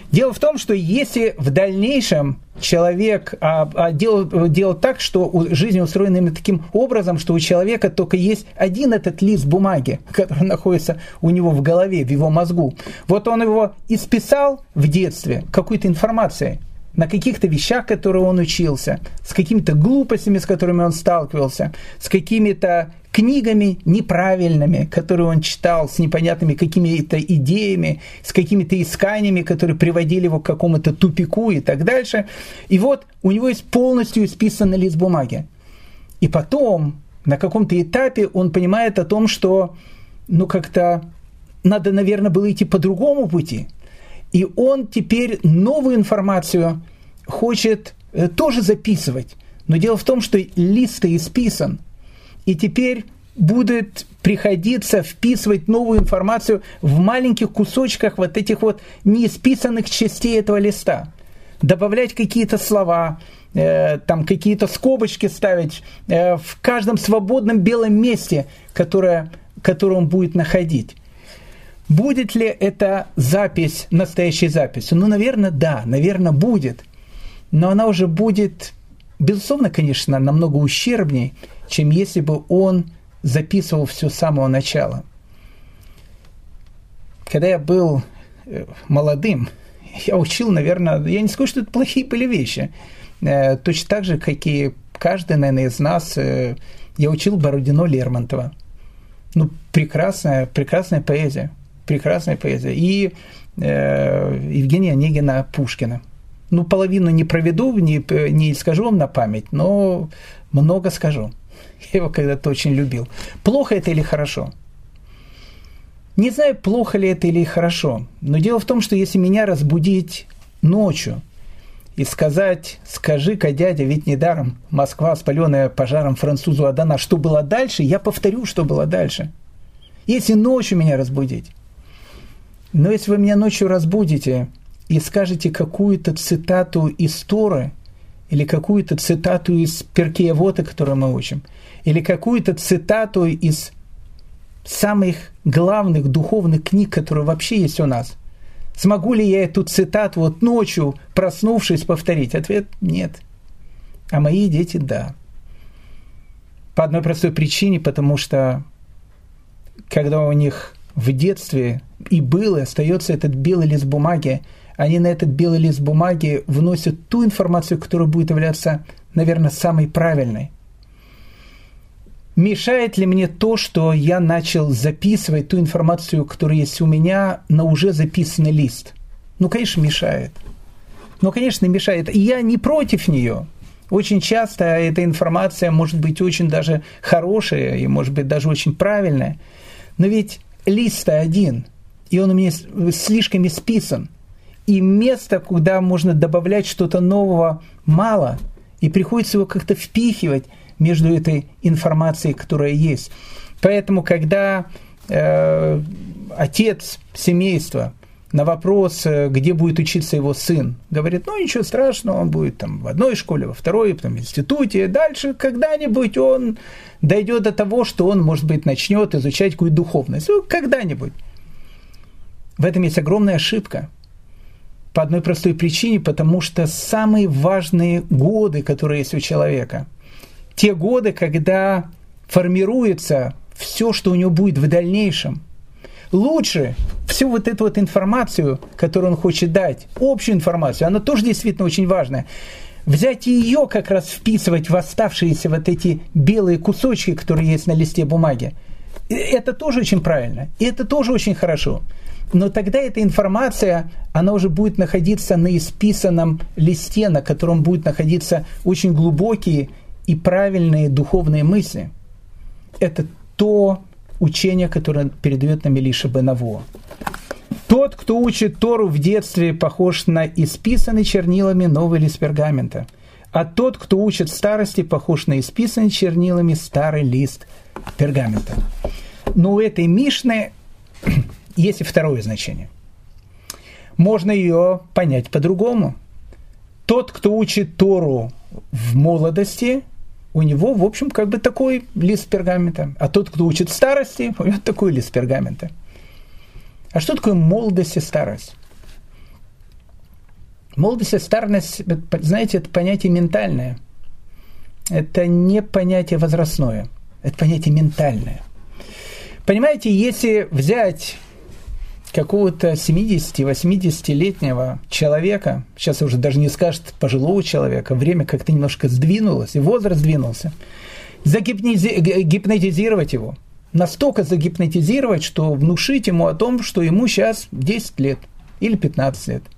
Дело в том, что если в дальнейшем человек а, а делал, делал так, что жизнь устроена именно таким образом, что у человека только есть один этот лист бумаги, который находится у него в голове, в его мозгу. Вот он его исписал в детстве какой-то информацией, на каких-то вещах, которые он учился, с какими-то глупостями, с которыми он сталкивался, с какими-то книгами неправильными, которые он читал, с непонятными какими-то идеями, с какими-то исканиями, которые приводили его к какому-то тупику и так дальше. И вот у него есть полностью исписанный лист бумаги. И потом, на каком-то этапе, он понимает о том, что ну как-то надо, наверное, было идти по другому пути. И он теперь новую информацию хочет э, тоже записывать. Но дело в том, что лист исписан. И теперь будет приходиться вписывать новую информацию в маленьких кусочках вот этих вот неисписанных частей этого листа. Добавлять какие-то слова, э, там какие-то скобочки ставить э, в каждом свободном белом месте, которое, которое он будет находить. Будет ли эта запись настоящей записью? Ну, наверное, да, наверное, будет. Но она уже будет, безусловно, конечно, намного ущербней, чем если бы он записывал все с самого начала. Когда я был молодым, я учил, наверное, я не скажу, что это плохие были вещи. Точно так же, как и каждый, наверное, из нас, я учил Бородино Лермонтова. Ну, прекрасная, прекрасная поэзия. Прекрасная поэзия. И э, Евгения Онегина Пушкина. Ну, половину не проведу, не, не скажу вам на память, но много скажу. Я его когда-то очень любил. Плохо это или хорошо? Не знаю, плохо ли это или хорошо, но дело в том, что если меня разбудить ночью и сказать: скажи-ка, дядя, ведь недаром Москва, спаленная пожаром, французу отдана, что было дальше, я повторю, что было дальше. Если ночью меня разбудить. Но если вы меня ночью разбудите и скажете какую-то цитату из Торы, или какую-то цитату из Перкей Авот, которую мы учим, или какую-то цитату из самых главных духовных книг, которые вообще есть у нас, смогу ли я эту цитату вот ночью, проснувшись, повторить? Ответ – нет. А мои дети – да. По одной простой причине, потому что когда у них в детстве и был, и остается этот белый лист бумаги, они на этот белый лист бумаги вносят ту информацию, которая будет являться, наверное, самой правильной. Мешает ли мне то, что я начал записывать ту информацию, которая есть у меня, на уже записанный лист? Ну, конечно, мешает. Ну, конечно, мешает. И я не против нее. Очень часто эта информация может быть очень даже хорошая и, может быть, даже очень правильная. Но ведь лист-то один, и он у меня слишком исписан. И места, куда можно добавлять что-то нового, мало. И приходится его как-то впихивать между этой информацией, которая есть. Поэтому, когда э, отец семейства на вопрос, где будет учиться его сын, говорит: ну, ничего страшного, он будет там в одной школе, во второй, потом в институте. Дальше когда-нибудь он дойдет до того, что он, может быть, начнет изучать какую-то духовность. Ну, когда-нибудь. В этом есть огромная ошибка. По одной простой причине, потому что самые важные годы, которые есть у человека, те годы, когда формируется все, что у него будет в дальнейшем, лучше всю вот эту вот информацию, которую он хочет дать, общую информацию, она тоже действительно очень важная, взять ее как раз вписывать в оставшиеся вот эти белые кусочки, которые есть на листе бумаги. Это тоже очень правильно, и это тоже очень хорошо. Но тогда эта информация, она уже будет находиться на исписанном листе, на котором будут находиться очень глубокие и правильные духовные мысли. Это то учение, которое передает нам Элиша бен Аво. Тот, кто учит Тору в детстве, похож на исписанный чернилами новый лист пергамента. А тот, кто учит в старости, похож на исписанный чернилами старый лист пергамента. Но у этой Мишны есть и второе значение. Можно ее понять по-другому. Тот, кто учит Тору в молодости, у него, в общем, как бы такой лист пергамента. А тот, кто учит в старости, у него такой лист пергамента. А что такое молодость и старость? Молодость и старость, знаете, это понятие ментальное. Это не понятие возрастное, это понятие ментальное. Понимаете, если взять какого-то семидесяти-восьмидесятилетнего человека, сейчас уже даже не скажет пожилого человека, время как-то немножко сдвинулось, и возраст сдвинулся, загипнотизировать его, настолько загипнотизировать, что внушить ему о том, что ему сейчас десять лет или пятнадцать лет.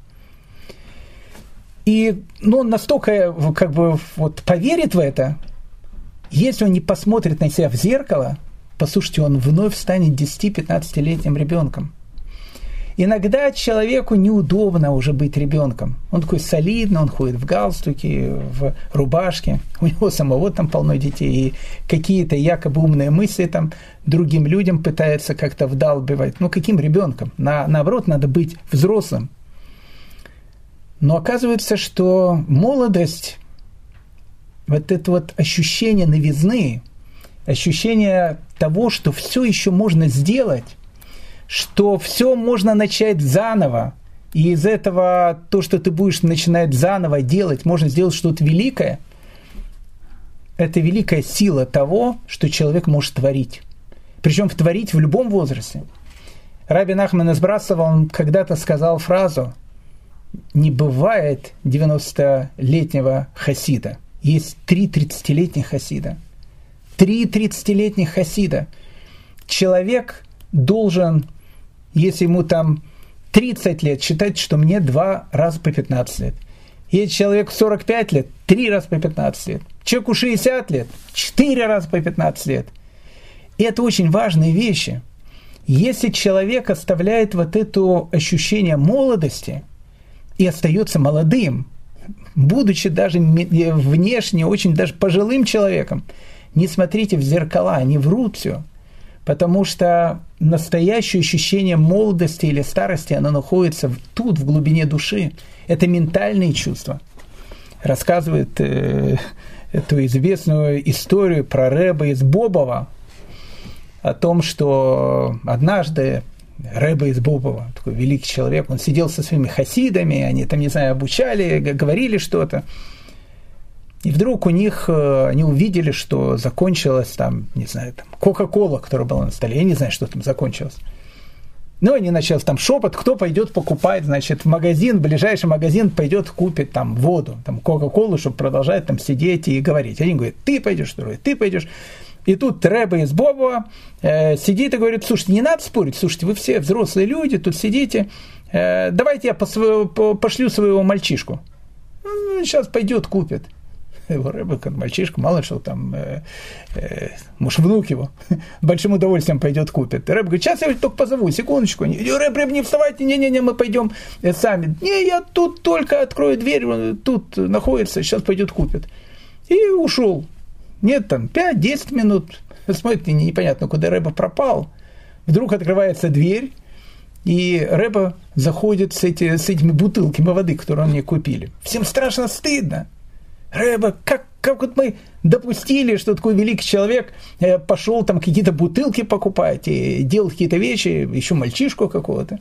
И ну, он настолько как бы, вот, поверит в это, если он не посмотрит на себя в зеркало, послушайте, он вновь станет десяти-пятнадцатилетним ребенком. Иногда человеку неудобно уже быть ребенком. Он такой солидный, он ходит в галстуке, в рубашке. У него самого там полно детей. И какие-то якобы умные мысли там другим людям пытается как-то вдалбливать. Ну, каким ребенком? На, наоборот, надо быть взрослым. Но оказывается, что молодость, вот это вот ощущение новизны, ощущение того, что все еще можно сделать, что все можно начать заново, и из этого то, что ты будешь начинать заново делать, можно сделать что-то великое, это великая сила того, что человек может творить. Причем творить в любом возрасте. Раби Нахман из Браслова, он когда-то сказал фразу: не бывает девяностолетнего хасида, есть три тридцатилетних хасида. Три тридцатилетних хасида. Человек должен, если ему там тридцать лет, считать, что мне два раза по пятнадцать лет. Если человеку сорок пять лет, три раза по пятнадцать лет. Человеку шестьдесят лет, четыре раза по пятнадцать лет. И это очень важные вещи. Если человек оставляет вот это ощущение молодости и остается молодым, будучи даже внешне очень даже пожилым человеком, не смотрите в зеркала, они врут все. Потому что настоящее ощущение молодости или старости, оно находится тут, в глубине души. Это ментальные чувства. Рассказывает э, эту известную историю про Ребе из Бобова, о том, что однажды Ребе из Бобова, такой великий человек, он сидел со своими хасидами, они там, не знаю, обучали, говорили что-то. И вдруг у них, они увидели, что закончилась там, не знаю, там, Кока-Кола, которая была на столе. Я не знаю, что там закончилось. Ну, они начали там шепот, кто пойдет покупать, значит, в магазин, в ближайший магазин пойдет купит там воду, там Кока-Колу, чтобы продолжать там сидеть и говорить. Они говорят, ты пойдешь, второй, ты пойдешь. И тут Ребе из Бобова э, сидит и говорит, слушайте, не надо спорить, слушайте, вы все взрослые люди, тут сидите, э, давайте я посв... пошлю своего мальчишку. Ну, сейчас пойдет, купит. Его Ребе, как мальчишка, мало что там, э, э, может, внук его, большим удовольствием пойдет купит. Ребе говорит, сейчас я только позову, секундочку. Ребе, не вставайте, не-не-не, мы пойдем сами. Не, я тут только открою дверь, он тут находится, сейчас пойдет купит. И ушел. Нет, там, пять-десять минут, смотрите, непонятно, куда Ребе пропал. Вдруг открывается дверь, и Ребе заходит с, эти, с этими бутылками воды, которые они купили. Всем страшно стыдно. Ребе, как, как вот мы допустили, что такой великий человек э, пошел там какие-то бутылки покупать и делал какие-то вещи, еще мальчишку какого-то.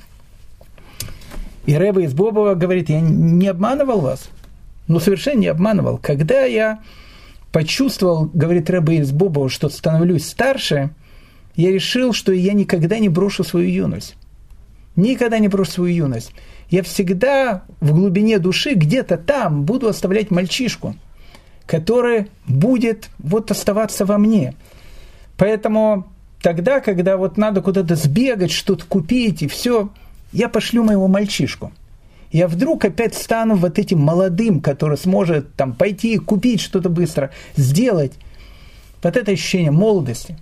И Ребе из Бобова говорит, я не обманывал вас, ну совершенно не обманывал. Когда я почувствовал, говорит Ребе из Бобова, что становлюсь старше, я решил, что я никогда не брошу свою юность. Никогда не брошу свою юность. Я всегда в глубине души, где-то там, буду оставлять мальчишку, который будет вот оставаться во мне. Поэтому тогда, когда вот надо куда-то сбегать, что-то купить и все, я пошлю моего мальчишку. Я вдруг опять стану вот этим молодым, который сможет там пойти купить что-то быстро, сделать. Вот это ощущение молодости.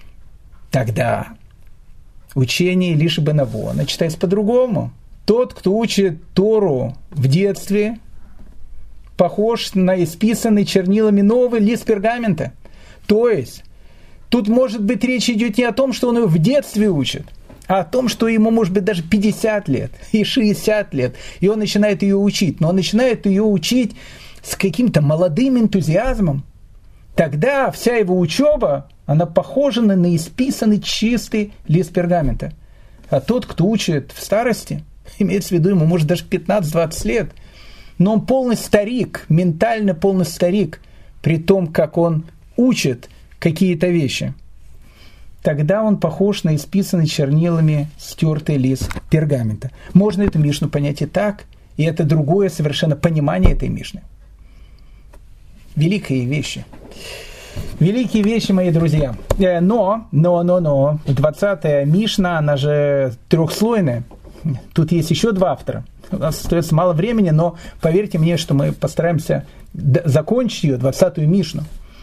Тогда учение Илиши бен Авона читается по-другому. Тот, кто учит Тору в детстве, похож на исписанный чернилами новый лист пергамента. То есть, тут, может быть, речь идет не о том, что он его в детстве учит, а о том, что ему, может быть, даже пятьдесят лет и шестьдесят лет, и он начинает ее учить. Но он начинает ее учить с каким-то молодым энтузиазмом. Тогда вся его учеба, она похожа на исписанный чистый лист пергамента. А тот, кто учит в старости, имеется в виду, ему может даже пятнадцать-двадцать лет, но он полный старик, ментально полный старик, при том, как он учит какие-то вещи. Тогда он похож на исписанный чернилами стертый лист пергамента. Можно эту Мишну понять и так, и это другое совершенно понимание этой Мишны. Великие вещи. Великие вещи, мои друзья. Но, но, но, но, двадцатая Мишна, она же трехслойная. Тут есть еще два автора. У нас остается мало времени, но поверьте мне, что мы постараемся закончить ее, двадцатую Мишну.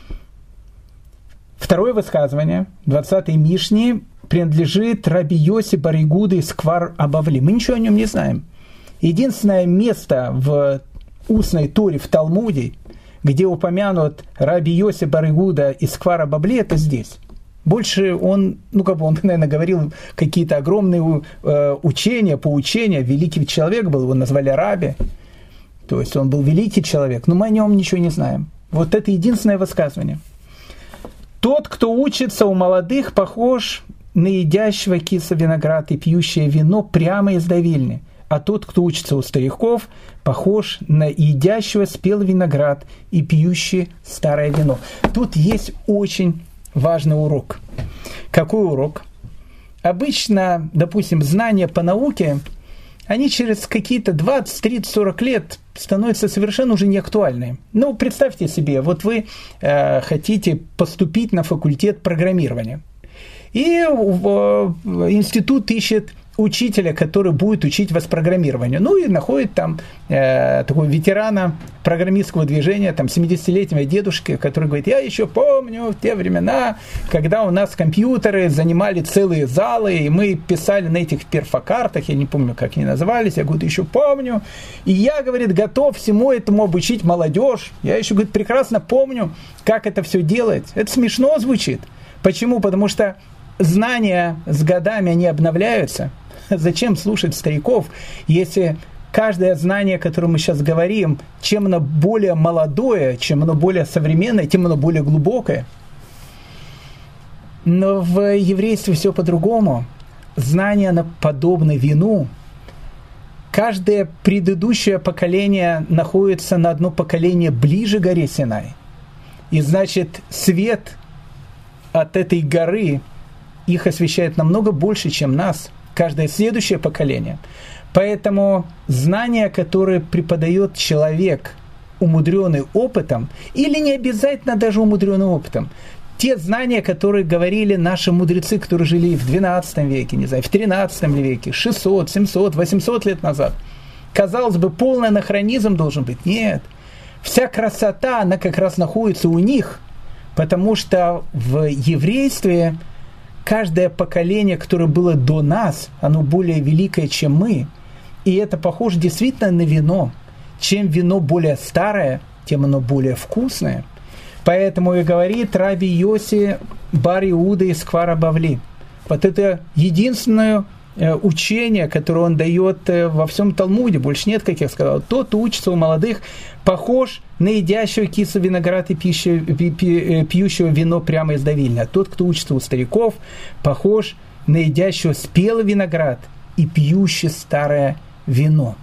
Второе высказывание двадцатой Мишни принадлежит Раби Йоси бар Игуда из Кфар Абавли. Мы ничего о нем не знаем. Единственное место в устной Торе, в Талмуде, где упомянут Раби Йоси бар Игуда из Кфар Абавли, это здесь. Больше он, ну как бы он, наверное, говорил какие-то огромные э, учения, поучения. Великий человек был, его назвали Раби. То есть он был великий человек, но мы о нем ничего не знаем. Вот это единственное высказывание. Тот, кто учится у молодых, похож на едящего киса виноград и пьющее вино прямо из давильни. А тот, кто учится у стариков, похож на едящего спелый виноград и пьющий старое вино. Тут есть очень важный урок. Какой урок? Обычно, допустим, знания по науке, они через какие-то двадцать, тридцать, сорок лет становятся совершенно уже неактуальны. Ну, представьте себе, вот вы э, хотите поступить на факультет программирования. И э, институт ищет учителя, который будет учить вас программированию. Ну и находит там э, такого ветерана программистского движения, там семидесятилетнего дедушки, который говорит: я еще помню в те времена, когда у нас компьютеры занимали целые залы, и мы писали на этих перфокартах, я не помню, как они назывались, я говорю, еще помню. И я, говорит, готов всему этому обучить молодежь. Я еще, говорит, прекрасно помню, как это все делать. Это смешно звучит. Почему? Потому что знания с годами, они обновляются. Зачем слушать стариков, если каждое знание, о котором мы сейчас говорим, чем оно более молодое, чем оно более современное, тем оно более глубокое. Но в еврействе все по-другому. Знания подобны вину. Каждое предыдущее поколение находится на одно поколение ближе к горе Синай. И значит, свет от этой горы их освещает намного больше, чем нас. Каждое следующее поколение. Поэтому знания, которые преподает человек, умудренный опытом, или не обязательно даже умудренный опытом, те знания, которые говорили наши мудрецы, которые жили в двенадцатом веке, не знаю, в тринадцатом веке, шестьсот, семьсот, восемьсот лет назад, казалось бы, полный анахронизм должен быть. Нет. Вся красота, она как раз находится у них, потому что в еврействе каждое поколение, которое было до нас, оно более великое, чем мы. И это похоже действительно на вино. Чем вино более старое, тем оно более вкусное. Поэтому и говорит Раби Йоси бар Иуда из Кфар Абавли. Вот это единственное учение, которое он дает во всем Талмуде. Больше нет, как я сказал. Тот, кто учится у молодых, похож на едящего кису виноград и пьющего вино прямо из давильни. А тот, кто учится у стариков, похож на едящего спелый виноград и пьющий старое вино.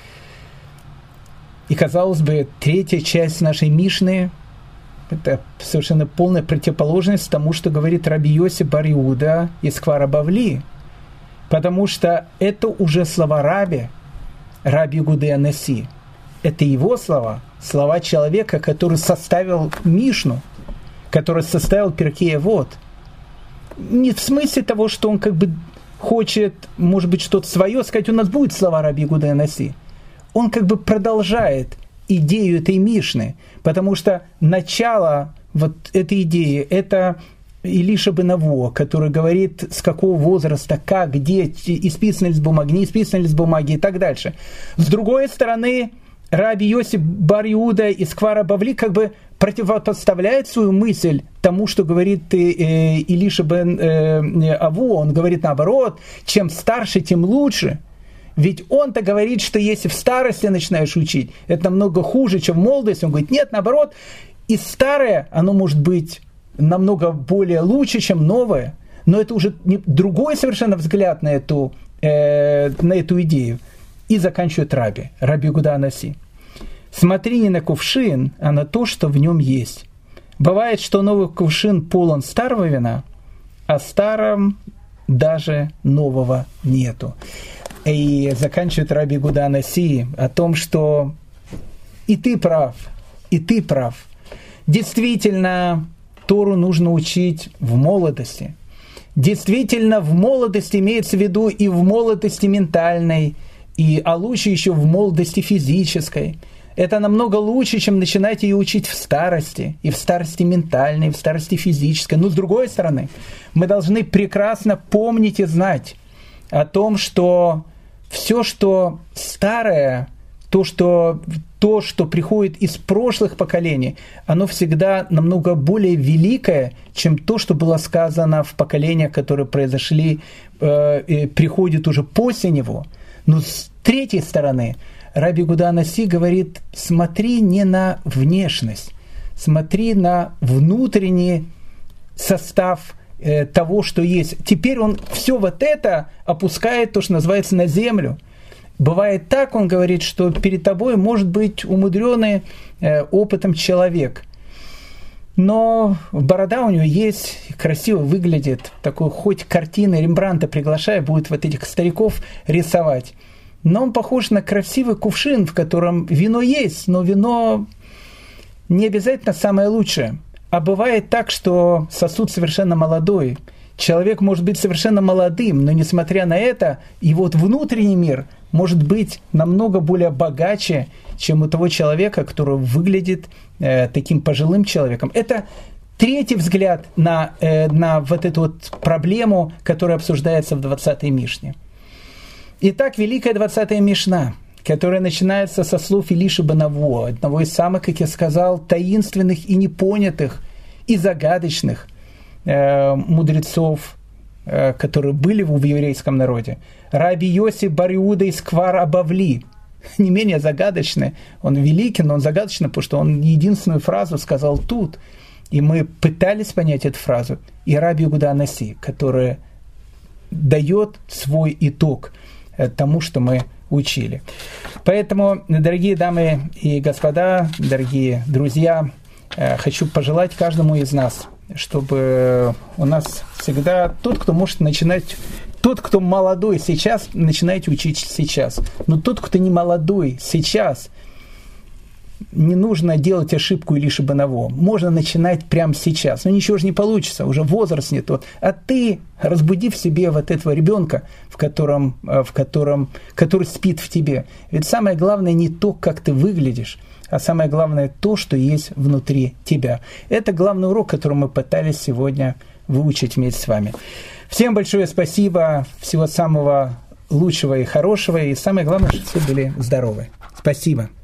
И, казалось бы, третья часть нашей Мишны – это совершенно полная противоположность тому, что говорит Раби Йоси бар Иуда из Кфар Абавли. Потому что это уже слова Раби, Раби Игуды Анаси. Это его слова, слова человека, который составил Мишну, который составил Перкей Авот. Не в смысле того, что он как бы хочет, может быть, что-то свое сказать, у нас будет слова Раби Игуды Анаси. Он как бы продолжает идею этой Мишны, потому что начало вот этой идеи – это Илиша бен Аво, который говорит, с какого возраста, как, где, исписано ли с бумаги, не исписано ли с бумаги и так дальше. С другой стороны, Раби Йоси бар Иуда из Кфар Абавли как бы противопоставляет свою мысль тому, что говорит э, Илиша бен э, Аво. Он говорит наоборот, чем старше, тем лучше. Ведь он-то говорит, что если в старости начинаешь учить, это намного хуже, чем в молодости. Он говорит, нет, наоборот, и старое, оно может быть намного более лучше, чем новое. Но это уже не, другой совершенно взгляд на эту, э, на эту идею. И заканчивает Раби, Раби Игуда Анаси. Смотри не на кувшин, а на то, что в нем есть. Бывает, что новый кувшин полон старого вина, а старом даже нового нету. И заканчивает Раби Иуда Анаси о том, что и ты прав, и ты прав. Действительно, Тору нужно учить в молодости. Действительно, в молодости имеется в виду и в молодости ментальной, и, а лучше еще в молодости физической. Это намного лучше, чем начинать ее учить в старости, и в старости ментальной, и в старости физической. Но с другой стороны, мы должны прекрасно помнить и знать о том, что все, что старое, то, что, то, что приходит из прошлых поколений, оно всегда намного более великое, чем то, что было сказано в поколениях, которые произошли, э, приходят уже после него. Но с третьей стороны, Раби Иуда Анаси говорит, смотри не на внешность, смотри на внутренний состав э, того, что есть. Теперь он все вот это опускает, то, что называется, на землю. Бывает так, он говорит, что перед тобой может быть умудренный э, опытом человек. Но борода у него есть, красиво выглядит, такой хоть картины Рембрандта приглашая, будет вот этих стариков рисовать. Но он похож на красивый кувшин, в котором вино есть, но вино не обязательно самое лучшее. А бывает так, что сосуд совершенно молодой. Человек может быть совершенно молодым, но несмотря на это, его внутренний мир может быть намного более богаче, чем у того человека, который выглядит э, таким пожилым человеком. Это третий взгляд на, э, на вот эту вот проблему, которая обсуждается в двадцатой Мишне. Итак, Великая двадцатая Мишна, которая начинается со слов Илиши бен Авуа, одного из самых, как я сказал, таинственных и непонятых, и загадочных э, мудрецов, э, которые были в еврейском народе. Раби Йоси бар Иуда из Квар Абавли, не менее загадочный, он великий, но он загадочный, потому что он единственную фразу сказал тут, и мы пытались понять эту фразу, и Раби Иуда Анаси, который дает свой итог тому, что мы учили. Поэтому, дорогие дамы и господа, дорогие друзья, хочу пожелать каждому из нас, чтобы у нас всегда тот, кто может начинать, тот, кто молодой сейчас, начинайте учить сейчас. Но тот, кто не молодой сейчас, не нужно делать ошибку Илиши бен Авуа. Можно начинать прямо сейчас. Но ничего же не получится, уже возраст не тот. А ты разбуди в себе вот этого ребенка, в котором, в котором, который спит в тебе. Ведь самое главное не то, как ты выглядишь, а самое главное то, что есть внутри тебя. Это главный урок, который мы пытались сегодня выучить вместе с вами. Всем большое спасибо, всего самого лучшего и хорошего, и самое главное, чтобы все были здоровы. Спасибо.